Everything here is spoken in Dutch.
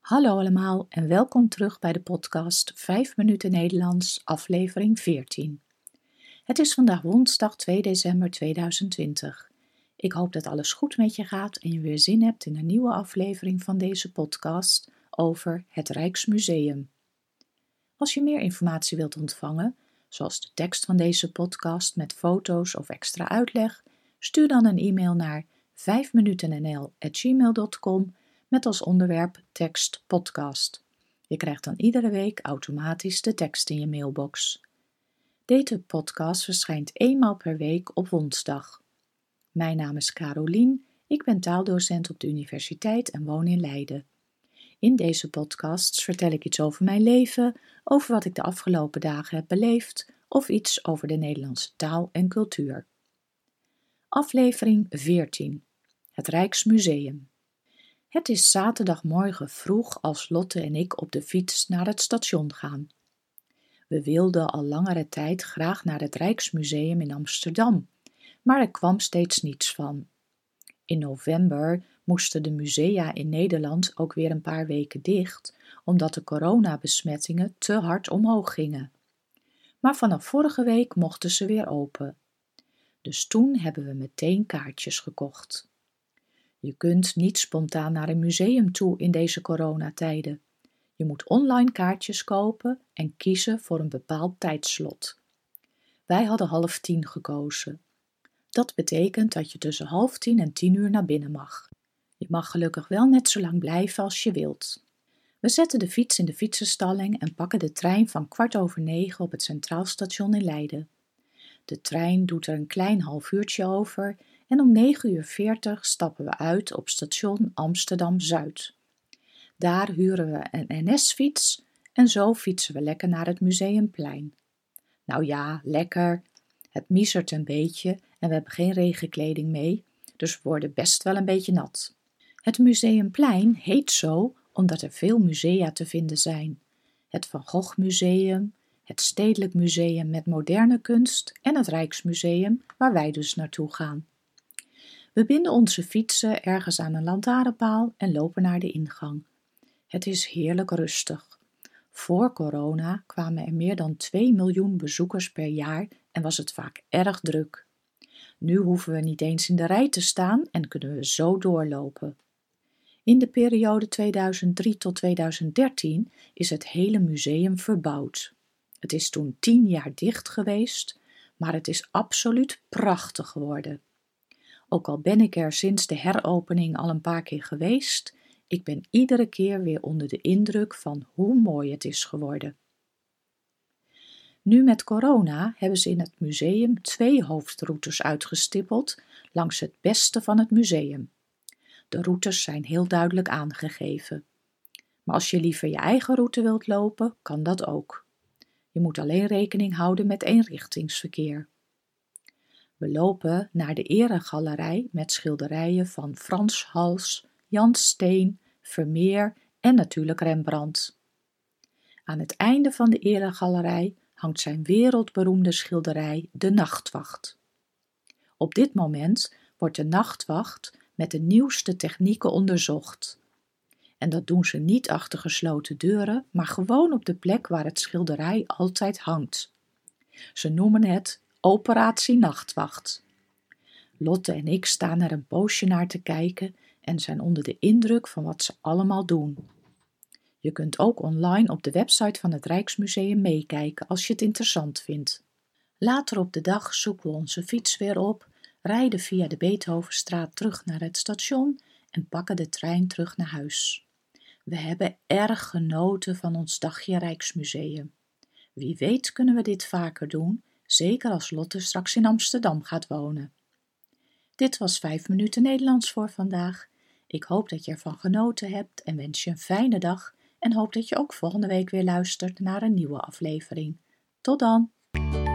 Hallo allemaal en welkom terug bij de podcast 5 minuten Nederlands, aflevering 14. Het is vandaag woensdag 2 december 2020. Ik hoop dat alles goed met je gaat en je weer zin hebt in een nieuwe aflevering van deze podcast over het Rijksmuseum. Als je meer informatie wilt ontvangen, zoals de tekst van deze podcast met foto's of extra uitleg, stuur dan een e-mail naar 5minutennl@gmail.com met als onderwerp tekst podcast. Je krijgt dan iedere week automatisch de tekst in je mailbox. Deze podcast verschijnt eenmaal per week op woensdag. Mijn naam is Carolien, ik ben taaldocent op de universiteit en woon in Leiden. In deze podcasts vertel ik iets over mijn leven, over wat ik de afgelopen dagen heb beleefd of iets over de Nederlandse taal en cultuur. Aflevering 14. Het Rijksmuseum. Het is zaterdagmorgen vroeg als Lotte en ik op de fiets naar het station gaan. We wilden al langere tijd graag naar het Rijksmuseum in Amsterdam, maar er kwam steeds niets van. In november moesten de musea in Nederland ook weer een paar weken dicht, omdat de coronabesmettingen te hard omhoog gingen. Maar vanaf vorige week mochten ze weer open. Dus toen hebben we meteen kaartjes gekocht. Je kunt niet spontaan naar een museum toe in deze coronatijden. Je moet online kaartjes kopen en kiezen voor een bepaald tijdslot. Wij hadden 9:30 gekozen. Dat betekent dat je tussen 9:30 en 10:00 naar binnen mag. Je mag gelukkig wel net zo lang blijven als je wilt. We zetten de fiets in de fietsenstalling en pakken de trein van 9:15 op het Centraal Station in Leiden. De trein doet er een klein half uurtje over en om 9:40 stappen we uit op station Amsterdam-Zuid. Daar huren we een NS-fiets en zo fietsen we lekker naar het Museumplein. Nou ja, lekker. Het miezert een beetje en we hebben geen regenkleding mee, dus we worden best wel een beetje nat. Het Museumplein heet zo omdat er veel musea te vinden zijn. Het Van Gogh Museum, het Stedelijk Museum met moderne kunst en het Rijksmuseum, waar wij dus naartoe gaan. We binden onze fietsen ergens aan een lantaarnpaal en lopen naar de ingang. Het is heerlijk rustig. Voor corona kwamen er meer dan 2 miljoen bezoekers per jaar en was het vaak erg druk. Nu hoeven we niet eens in de rij te staan en kunnen we zo doorlopen. In de periode 2003 tot 2013 is het hele museum verbouwd. Het is toen 10 jaar dicht geweest, maar het is absoluut prachtig geworden. Ook al ben ik er sinds de heropening al een paar keer geweest, ik ben iedere keer weer onder de indruk van hoe mooi het is geworden. Nu met corona hebben ze in het museum 2 hoofdroutes uitgestippeld langs het beste van het museum. De routes zijn heel duidelijk aangegeven. Maar als je liever je eigen route wilt lopen, kan dat ook. Je moet alleen rekening houden met eenrichtingsverkeer. We lopen naar de eregalerij met schilderijen van Frans Hals, Jan Steen, Vermeer en natuurlijk Rembrandt. Aan het einde van de eregalerij hangt zijn wereldberoemde schilderij De Nachtwacht. Op dit moment wordt de Nachtwacht met de nieuwste technieken onderzocht. En dat doen ze niet achter gesloten deuren, maar gewoon op de plek waar het schilderij altijd hangt. Ze noemen het Operatie Nachtwacht. Lotte en ik staan er een poosje naar te kijken en zijn onder de indruk van wat ze allemaal doen. Je kunt ook online op de website van het Rijksmuseum meekijken als je het interessant vindt. Later op de dag zoeken we onze fiets weer op, rijden via de Beethovenstraat terug naar het station en pakken de trein terug naar huis. We hebben erg genoten van ons dagje Rijksmuseum. Wie weet kunnen we dit vaker doen, zeker als Lotte straks in Amsterdam gaat wonen. Dit was 5 minuten Nederlands voor vandaag. Ik hoop dat je ervan genoten hebt en wens je een fijne dag en hoop dat je ook volgende week weer luistert naar een nieuwe aflevering. Tot dan!